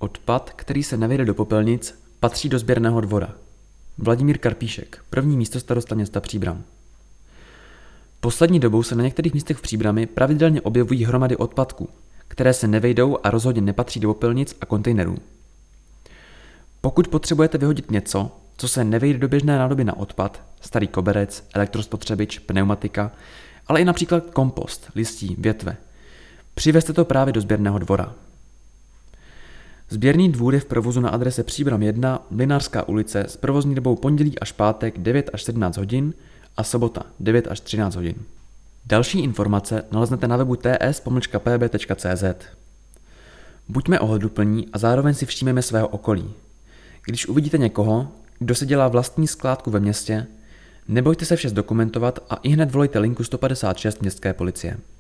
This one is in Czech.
Odpad, který se nevejde do popelnic, patří do sběrného dvora. Vladimír Karpíšek, první místostarosta města Příbram. Poslední dobou se na některých místech v Příbrami pravidelně objevují hromady odpadků, které se nevejdou a rozhodně nepatří do popelnic a kontejnerů. Pokud potřebujete vyhodit něco, co se nevejde do běžné nádoby na odpad, starý koberec, elektrospotřebič, pneumatika, ale i například kompost, listí, větve, přivezte to právě do sběrného dvora. Sběrný dvůr je v provozu na adrese Příbram 1, Mlynářská ulice s provozní dobou pondělí až pátek 9 až 17 hodin a sobota 9 až 13 hodin. Další informace naleznete na webu ts-pb.cz. Buďme ohleduplní a zároveň si všímejme svého okolí. Když uvidíte někoho, kdo si dělá vlastní skládku ve městě, nebojte se vše zdokumentovat a ihned volejte linku 156 městské policie.